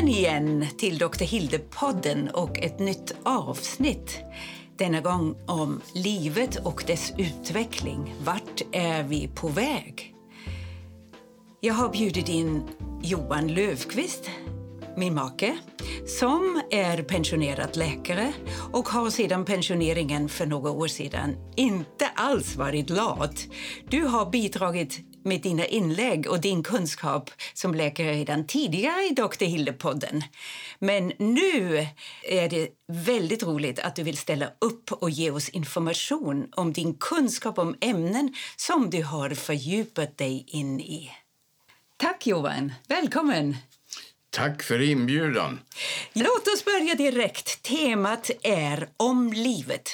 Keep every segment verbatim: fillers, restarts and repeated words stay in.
Välkommen igen till doktor Hilde-podden och ett nytt avsnitt. Denna gång om livet och dess utveckling. Vart är vi på väg? Jag har bjudit in Johan Löfqvist, min make, som är pensionerad läkare och har sedan pensioneringen för några år sedan inte alls varit lat. Du har bidragit med dina inlägg och din kunskap som läkare redan tidigare i doktor Hilde-podden. Men nu är det väldigt roligt att du vill ställa upp och ge oss information om din kunskap om ämnen som du har fördjupat dig in i. Tack Johan, välkommen! Tack för inbjudan. Låt oss börja direkt. Temat är om livet.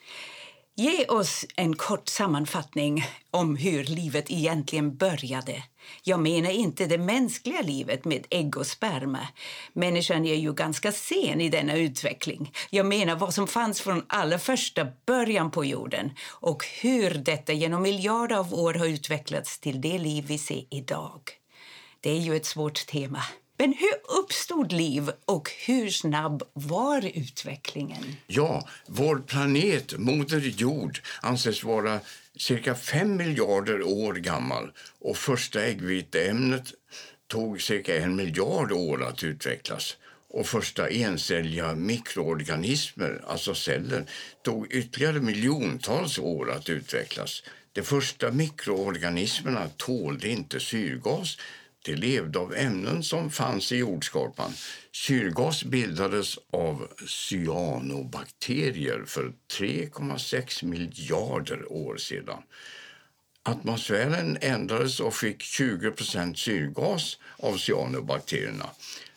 Ge oss en kort sammanfattning om hur livet egentligen började. Jag menar inte det mänskliga livet med ägg och sperma. Människan är ju ganska sen i denna utveckling. Jag menar vad som fanns från allra första början på jorden och hur detta genom miljarder av år har utvecklats till det liv vi ser idag. Det är ju ett svårt tema. Men hur uppstod liv och hur snabb var utvecklingen? Ja, vår planet, Moder Jord, anses vara cirka fem miljarder år gammal och första äggviteämnet tog cirka en miljard år att utvecklas. Och första encelliga mikroorganismer, alltså celler, tog ytterligare miljontals år att utvecklas. De första mikroorganismerna tålde inte syrgas. Det levde av ämnen som fanns i jordskorpan. Syrgas bildades av cyanobakterier för tre komma sex miljarder år sedan. Atmosfären ändrades och fick tjugo procent syrgas av cyanobakterierna.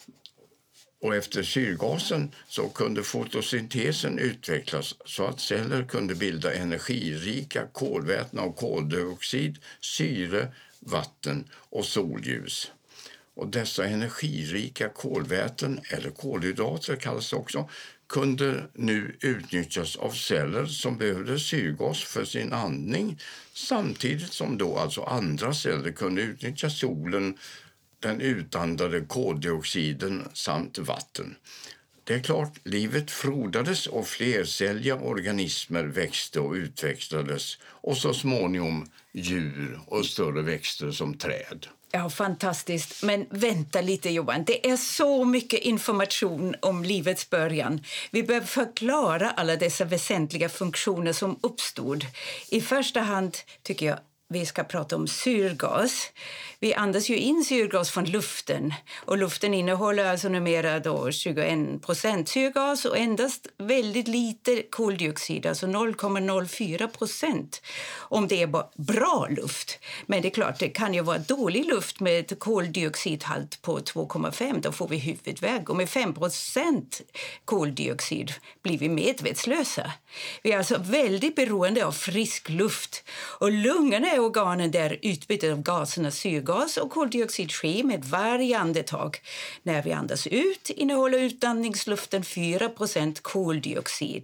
Och efter syrgasen så kunde fotosyntesen utvecklas så att celler kunde bilda energirika kolväten av koldioxid, syre, vatten och solljus. Och dessa energirika kolväten, eller kolhydrater kallas det också, kunde nu utnyttjas av celler som behövde syrgas för sin andning, samtidigt som då alltså andra celler kunde utnyttja solen, den utandade koldioxiden samt vatten. Det är klart, livet frodades och flercelliga organismer växte och utvecklades och så småningom djur och större växter som träd. Ja, fantastiskt. Men vänta lite Johan, det är så mycket information om livets början. Vi behöver förklara alla dessa väsentliga funktioner som uppstod. I första hand tycker jag vi ska prata om syrgas. Vi andas ju in syrgas från luften och luften innehåller alltså numera då tjugoen procent syrgas och endast väldigt lite koldioxid, alltså noll komma noll fyra procent om det är bra luft. Men det är klart, det kan ju vara dålig luft med koldioxidhalt på två komma fem, då får vi huvudvärk och med fem procent koldioxid blir vi medvetslösa. Vi är alltså väldigt beroende av frisk luft och lungorna är organen där utbytet av gaserna syrgas och koldioxid sker med varje andetag. När vi andas ut innehåller utandningsluften fyra procent koldioxid.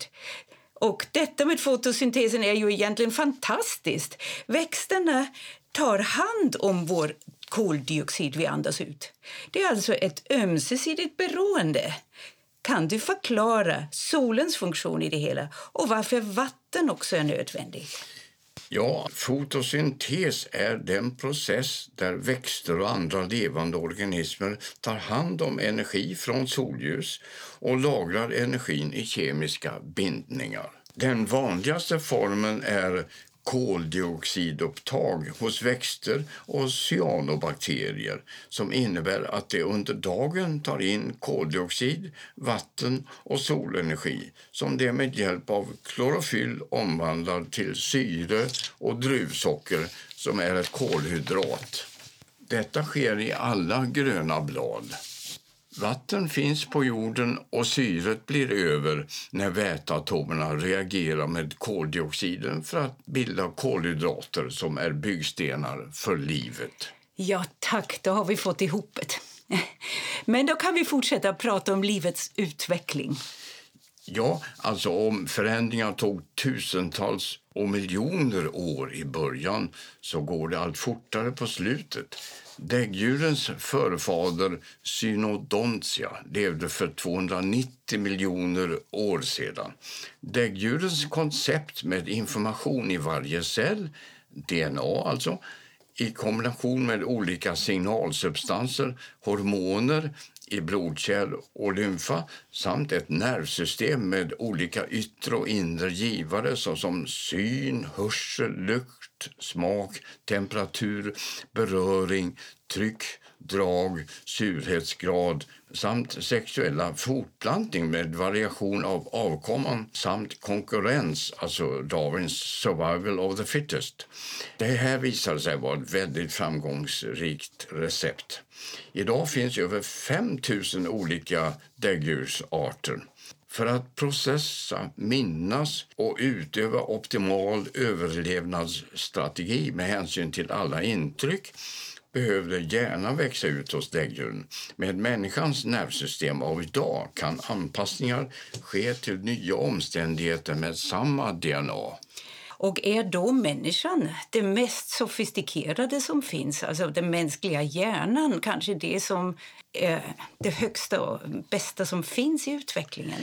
Och detta med fotosyntesen är ju egentligen fantastiskt. Växterna tar hand om vår koldioxid vi andas ut. Det är alltså ett ömsesidigt beroende. Kan du förklara solens funktion i det hela och varför vatten också är nödvändigt? Ja, fotosyntes är den process där växter och andra levande organismer tar hand om energi från solljus och lagrar energin i kemiska bindningar. Den vanligaste formen är koldioxidupptag hos växter och cyanobakterier som innebär att de under dagen tar in koldioxid, vatten och solenergi som de med hjälp av klorofyll omvandlar till syre och druvsocker som är ett kolhydrat. Detta sker i alla gröna blad. Vatten finns på jorden och syret blir över när väteatomerna reagerar med koldioxiden för att bilda kolhydrater som är byggstenar för livet. Ja tack, då har vi fått ihop det. Men då kan vi fortsätta prata om livets utveckling. Ja, alltså om förändringar tog tusentals och miljoner år i början så går det allt fortare på slutet. Däggdjurens förfader Cynodontia levde för tvåhundranittio miljoner år sedan. Däggdjurens koncept med information i varje cell, D N A alltså, i kombination med olika signalsubstanser, hormoner i blodkärl och lymfa samt ett nervsystem med olika yttre och inre givare såsom syn, hörsel, lukt, smak, temperatur, beröring, tryck, drag, surhetsgrad samt sexuella fortplantning med variation av avkomman samt konkurrens, alltså Darwins survival of the fittest. Det här visade sig vara ett väldigt framgångsrikt recept. Idag finns över fem tusen olika däggdjursarter. För att processa, minnas och utöva optimal överlevnadsstrategi med hänsyn till alla intryck behövde hjärnan växa ut hos däggdjuren. Med människans nervsystem av idag kan anpassningar ske till nya omständigheter med samma D N A. Och är då människan det mest sofistikerade som finns? Alltså den mänskliga hjärnan, kanske det som är det högsta och bästa som finns i utvecklingen?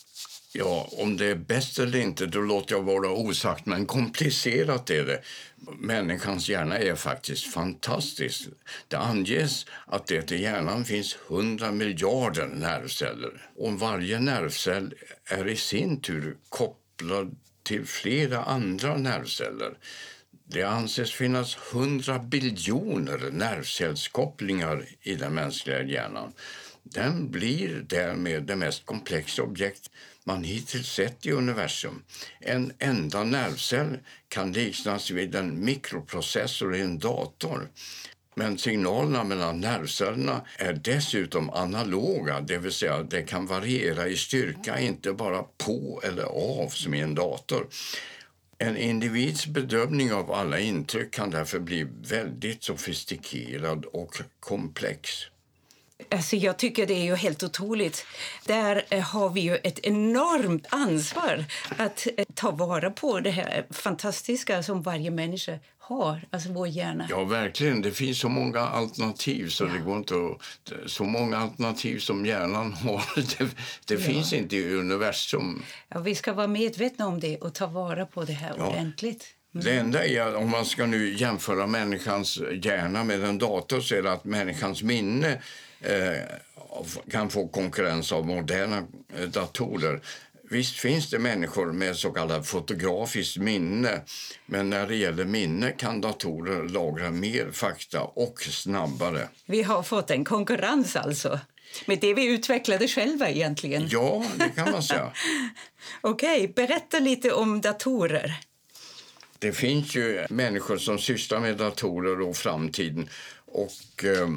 Ja, om det är bäst eller inte, då låter jag vara osagt, men komplicerat är det. Människans hjärna är faktiskt fantastisk. Det anges att det i hjärnan finns hundra miljarder nervceller. Och varje nervcell är i sin tur kopplad till flera andra nervceller. Det anses finnas hundra biljoner nervcellskopplingar i den mänskliga hjärnan. Den blir därmed det mest komplexa objekt man hittills sett i universum. En enda nervcell kan liknas vid en mikroprocessor i en dator. Men signalerna mellan nervcellerna är dessutom analoga, det vill säga det kan variera i styrka, inte bara på eller av som i en dator. En individs bedömning av alla intryck kan därför bli väldigt sofistikerad och komplex. Alltså jag tycker det är ju helt otroligt. Där har vi ju ett enormt ansvar att ta vara på det här fantastiska som varje människa har, alltså vår hjärna. Ja, verkligen. Det finns så många alternativ så ja. det går inte att, så många alternativ som hjärnan har. Det, det ja. finns inte i universum. Ja, vi ska vara medvetna om det och ta vara på det här ja. ordentligt. Mm. Det enda är, om man ska nu jämföra människans hjärna med en dator, så är det att människans minne eh, kan få konkurrens av moderna eh, datorer. Visst finns det människor med så kallat fotografiskt minne, men när det gäller minne kan datorer lagra mer fakta och snabbare. Vi har fått en konkurrens alltså, med det vi utvecklade själva egentligen. Ja, det kan man säga. Okej, okay, berätta lite om datorer. Det finns ju människor som sysslar med datorer och framtiden, och eh,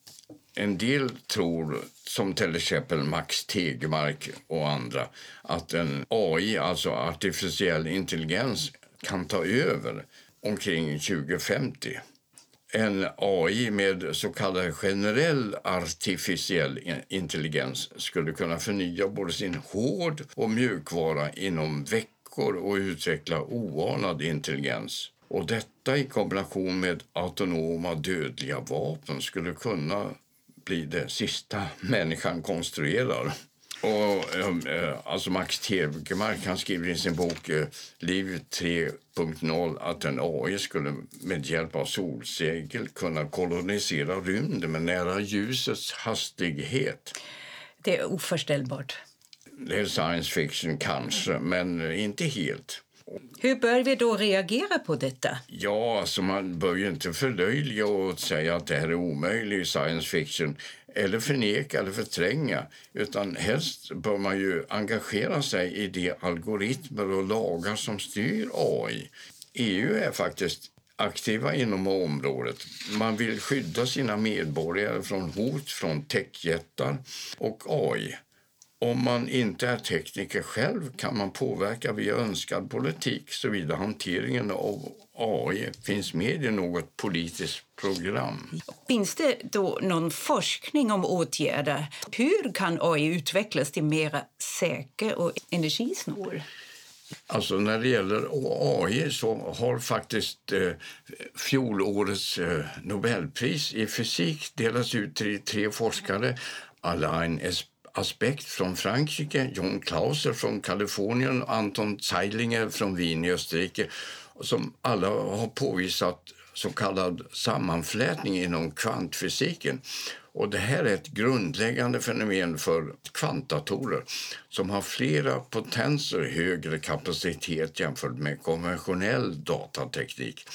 en del tror, som till exempel Max Tegmark och andra, att en A I, alltså artificiell intelligens, kan ta över omkring tjugo femtio. En A I med så kallad generell artificiell intelligens skulle kunna förnya både sin hård- och mjukvara inom veckor och utveckla oanad intelligens. Och detta i kombination med autonoma dödliga vapen skulle kunna bli det sista människan konstruerar. Och eh, alltså Max Tegmark, han skriver i sin bok eh, Liv tre punkt noll att en A I skulle med hjälp av solsegel kunna kolonisera rymden med nära ljusets hastighet. Det är oförställbart. Det är science fiction kanske, men inte helt. Hur bör vi då reagera på detta? Ja, alltså man bör ju inte förlöjliga och säga att det här är omöjligt science fiction, eller förneka eller förtränga, utan helst bör man ju engagera sig i de algoritmer och lagar som styr A I. E U är faktiskt aktiva inom området. Man vill skydda sina medborgare från hot från techjättar och A I. Om man inte är tekniker själv kan man påverka via önskad politik, såvida hanteringen av A I finns med i något politiskt program. Finns det då någon forskning om åtgärder? Hur kan A I utvecklas till mer säker och energisnål? Alltså när det gäller A I så har faktiskt eh, fjolårets eh, Nobelpris i fysik delats ut till tre forskare. Alain Aspect från Frankrike, John Clauser från Kalifornien och Anton Zeilinger från Wien i Österrike, som alla har påvisat så kallad sammanflätning inom kvantfysiken. Och det här är ett grundläggande fenomen för kvantdatorer som har flera potenser högre kapacitet jämfört med konventionell datateknik.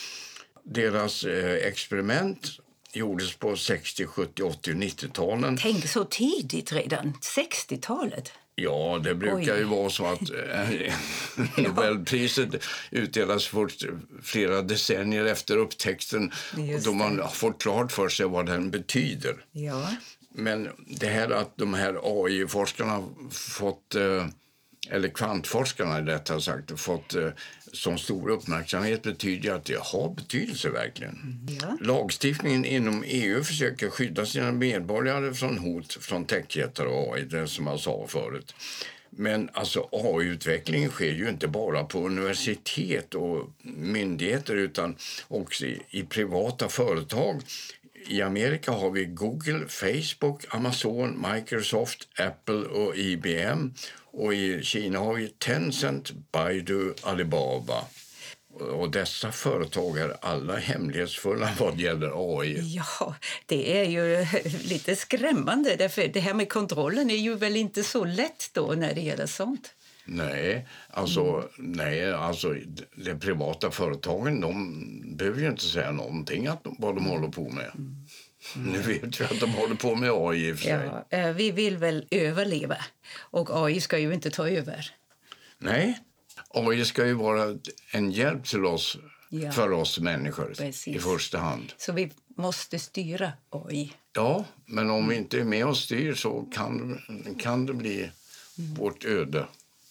Deras eh, experiment gjordes på sextio, sjuttio, åttio och nittio-talen. Tänk så tidigt redan, sextiotalet. Ja, det brukar Oj. ju vara så att eh, Nobelpriset utdelas först flera decennier efter upptäckten då man har fått klart för sig vad den betyder. Ja. Men det här att de här A I-forskarna fått, eh, eller kvantforskarna rättare sagt, fått eh, som stor uppmärksamhet betyder att det har betydelse verkligen. Ja. Lagstiftningen inom E U försöker skydda sina medborgare från hot från techjättar och A I, det som jag sa förut. Men alltså A I-utvecklingen sker ju inte bara på universitet och myndigheter utan också i, i privata företag. I Amerika har vi Google, Facebook, Amazon, Microsoft, Apple och I B M. Och i Kina har vi Tencent, Baidu, Alibaba. Och dessa företag är alla hemlighetsfulla vad gäller A I. Ja, det är ju lite skrämmande. Därför det här med kontrollen är ju väl inte så lätt då när det gäller sånt. Nej, alltså, mm. nej, alltså de privata företagen de behöver ju inte säga någonting att de, vad de håller på med. Mm. Mm. Nu vet vi att de håller på med A I i och för sig. Ja, vi vill väl överleva och A I ska ju inte ta över. Nej, A I ska ju vara en hjälp till oss, ja. för oss människor. Precis. I första hand. Så vi måste styra A I. Ja, men om vi inte är med och styr så kan, kan det bli mm. vårt öde.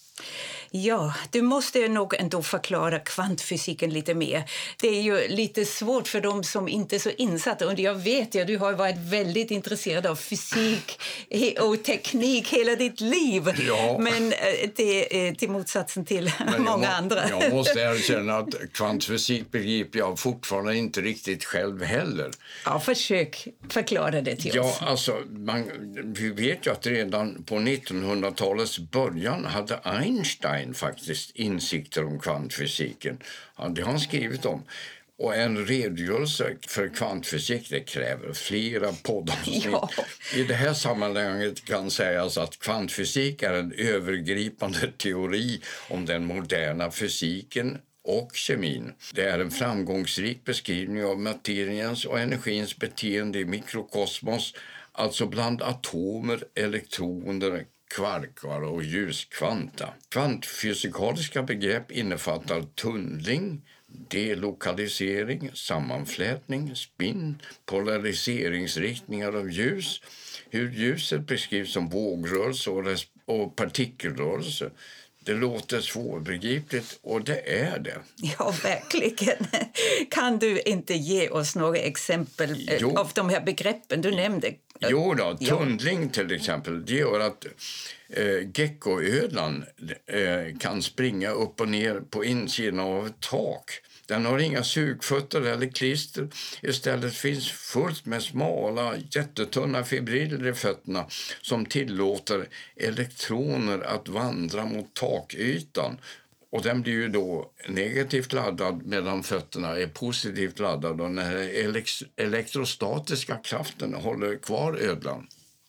Ja, du måste nog ändå förklara kvantfysiken lite mer. Det är ju lite svårt för dem som inte är så insatta. Och jag vet ju, du har varit väldigt intresserad av fysik och teknik hela ditt liv. Ja. Men det är till motsatsen till Men många jag, andra. Jag måste erkänna att kvantfysik begriper jag fortfarande inte riktigt själv heller. Ja, försök förklara det till ja, oss. Ja, alltså, man, vi vet ju att redan på nittonhundratalets början hade Einstein faktiskt insikter om kvantfysiken. Ja, det har han skrivit om. Och en redogörelse för kvantfysik det kräver flera poddavsnitt. Ja. I det här sammanhanget kan sägas att kvantfysik är en övergripande teori om den moderna fysiken och kemin. Det är en framgångsrik beskrivning av materiens och energins beteende i mikrokosmos, alltså bland atomer, elektroner, kvarkar och ljuskvanta. Kvantfysikaliska begrepp innefattar tunnling, delokalisering, sammanflätning, spin, polariseringsriktningar av ljus, hur ljuset beskrivs som vågrörelse och, res- och partikelrörelse. Det låter svårbegripligt och det är det. Ja, verkligen. Kan du inte ge oss några exempel jo. av de här begreppen du nämnde? Jo då, tunnling till exempel. Det gör att eh, geckoödlan eh, kan springa upp och ner på insidan av ett tak. Den har inga sugfötter eller klister. Istället finns fullt med smala, jättetunna fibriller i fötterna som tillåter elektroner att vandra mot takytan. Och den blir ju då negativt laddad medan fötterna är positivt laddade. Och den här elektrostatiska kraften håller kvar ödlan.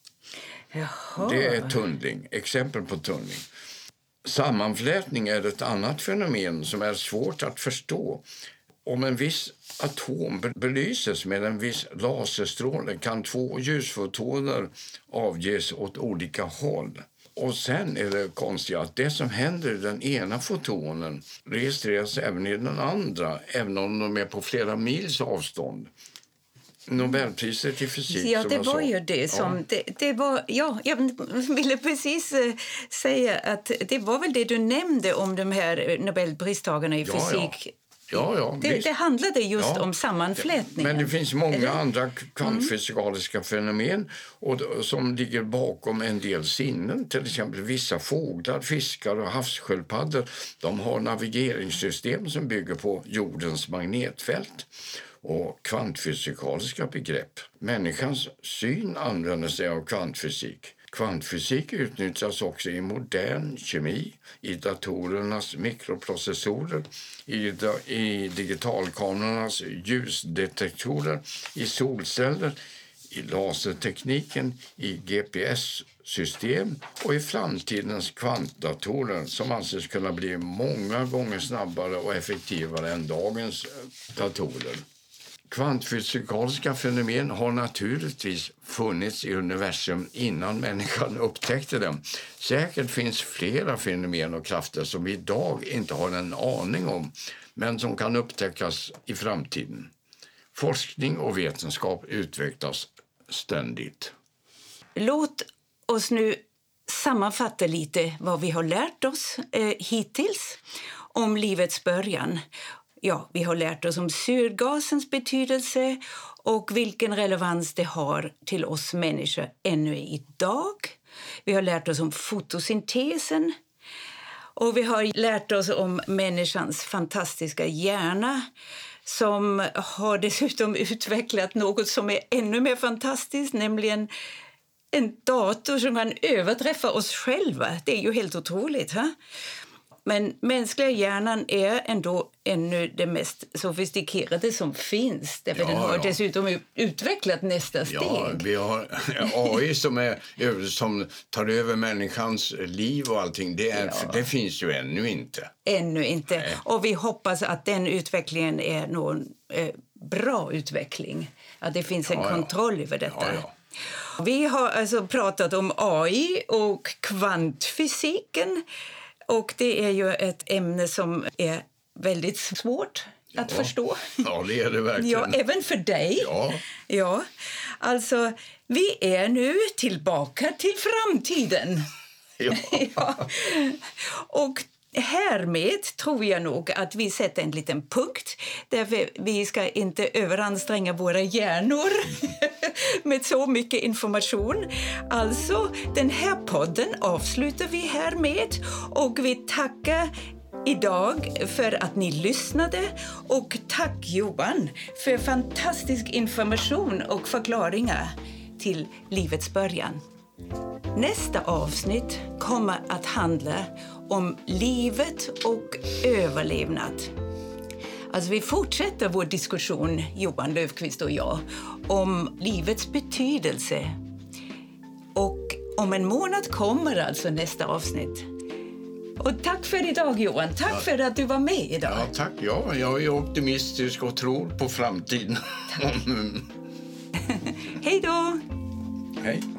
Jaha. Det är tunnling, exempel på tunnling. Sammanflätning är ett annat fenomen som är svårt att förstå. Om en viss atom belyses med en viss laserstråle kan två ljusfotoner avges åt olika håll. Och sen är det konstigt att det som händer i den ena fotonen registreras även i den andra, även om de är på flera mils avstånd. Nobelpriset i fysik. Ja, det som var sa. ju det som... Ja. Det, det var, ja, jag ville precis säga att det var väl det du nämnde om de här Nobelpristagarna i ja, fysik. Ja, ja, det, det handlade just ja. om sammanflätningen. Men det finns många andra kvantfysikaliska mm. fenomen och, som ligger bakom en del sinnen. Till exempel vissa fåglar, fiskar och havssköldpaddor. De har navigeringssystem som bygger på jordens magnetfält och kvantfysikaliska begrepp. Människans syn använder sig av kvantfysik. Kvantfysik utnyttjas också i modern kemi, i datorernas mikroprocessorer, i, da- i digitalkamerornas ljusdetektorer, i solceller, i lasertekniken, i G P S-system och i framtidens kvantdatorer som anses kunna bli många gånger snabbare och effektivare än dagens datorer. Kvantfysikaliska fenomen har naturligtvis funnits i universum innan människan upptäckte dem. Säkert finns flera fenomen och krafter som vi idag inte har en aning om, men som kan upptäckas i framtiden. Forskning och vetenskap utvecklas ständigt. Låt oss nu sammanfatta lite vad vi har lärt oss eh, hittills om livets början. Ja, vi har lärt oss om syrgasens betydelse och vilken relevans det har till oss människor ännu idag. Vi har lärt oss om fotosyntesen och vi har lärt oss om människans fantastiska hjärna som har dessutom utvecklat något som är ännu mer fantastiskt, nämligen en dator som kan överträffa oss själva. Det är ju helt otroligt, va? Men mänskliga hjärnan är ändå ännu det mest sofistikerade som finns. Därför ja, den har ja. dessutom utvecklat nästa steg. Ja, vi har A I som, är, som tar över människans liv och allting. Det, är, ja. det finns ju ännu inte. Ännu inte. Nej. Och vi hoppas att den utvecklingen är någon eh, bra utveckling. Att det finns en ja, kontroll ja. över detta. Ja, ja. Vi har alltså pratat om A I och kvantfysiken. Och det är ju ett ämne som är väldigt svårt ja. att förstå. Ja, det är det verkligen. Ja, även för dig. Ja. Ja. Alltså, vi är nu tillbaka till framtiden. Ja. ja. Och härmed tror jag nog att vi sätter en liten punkt. Därför vi ska inte överanstränga våra hjärnor med så mycket information. Alltså, den här podden avslutar vi här med. Och vi tackar idag för att ni lyssnade. Och tack Johan för fantastisk information och förklaringar till livets början. Nästa avsnitt kommer att handla om livet och överlevnad. Alltså vi fortsätter vår diskussion, Johan Löfqvist och jag, om livets betydelse. Och om en månad kommer alltså nästa avsnitt. Och tack för idag, Johan. Tack ja. för att du var med idag. Ja, tack. Ja, jag är optimistisk och tror på framtiden. Hej då! Hej.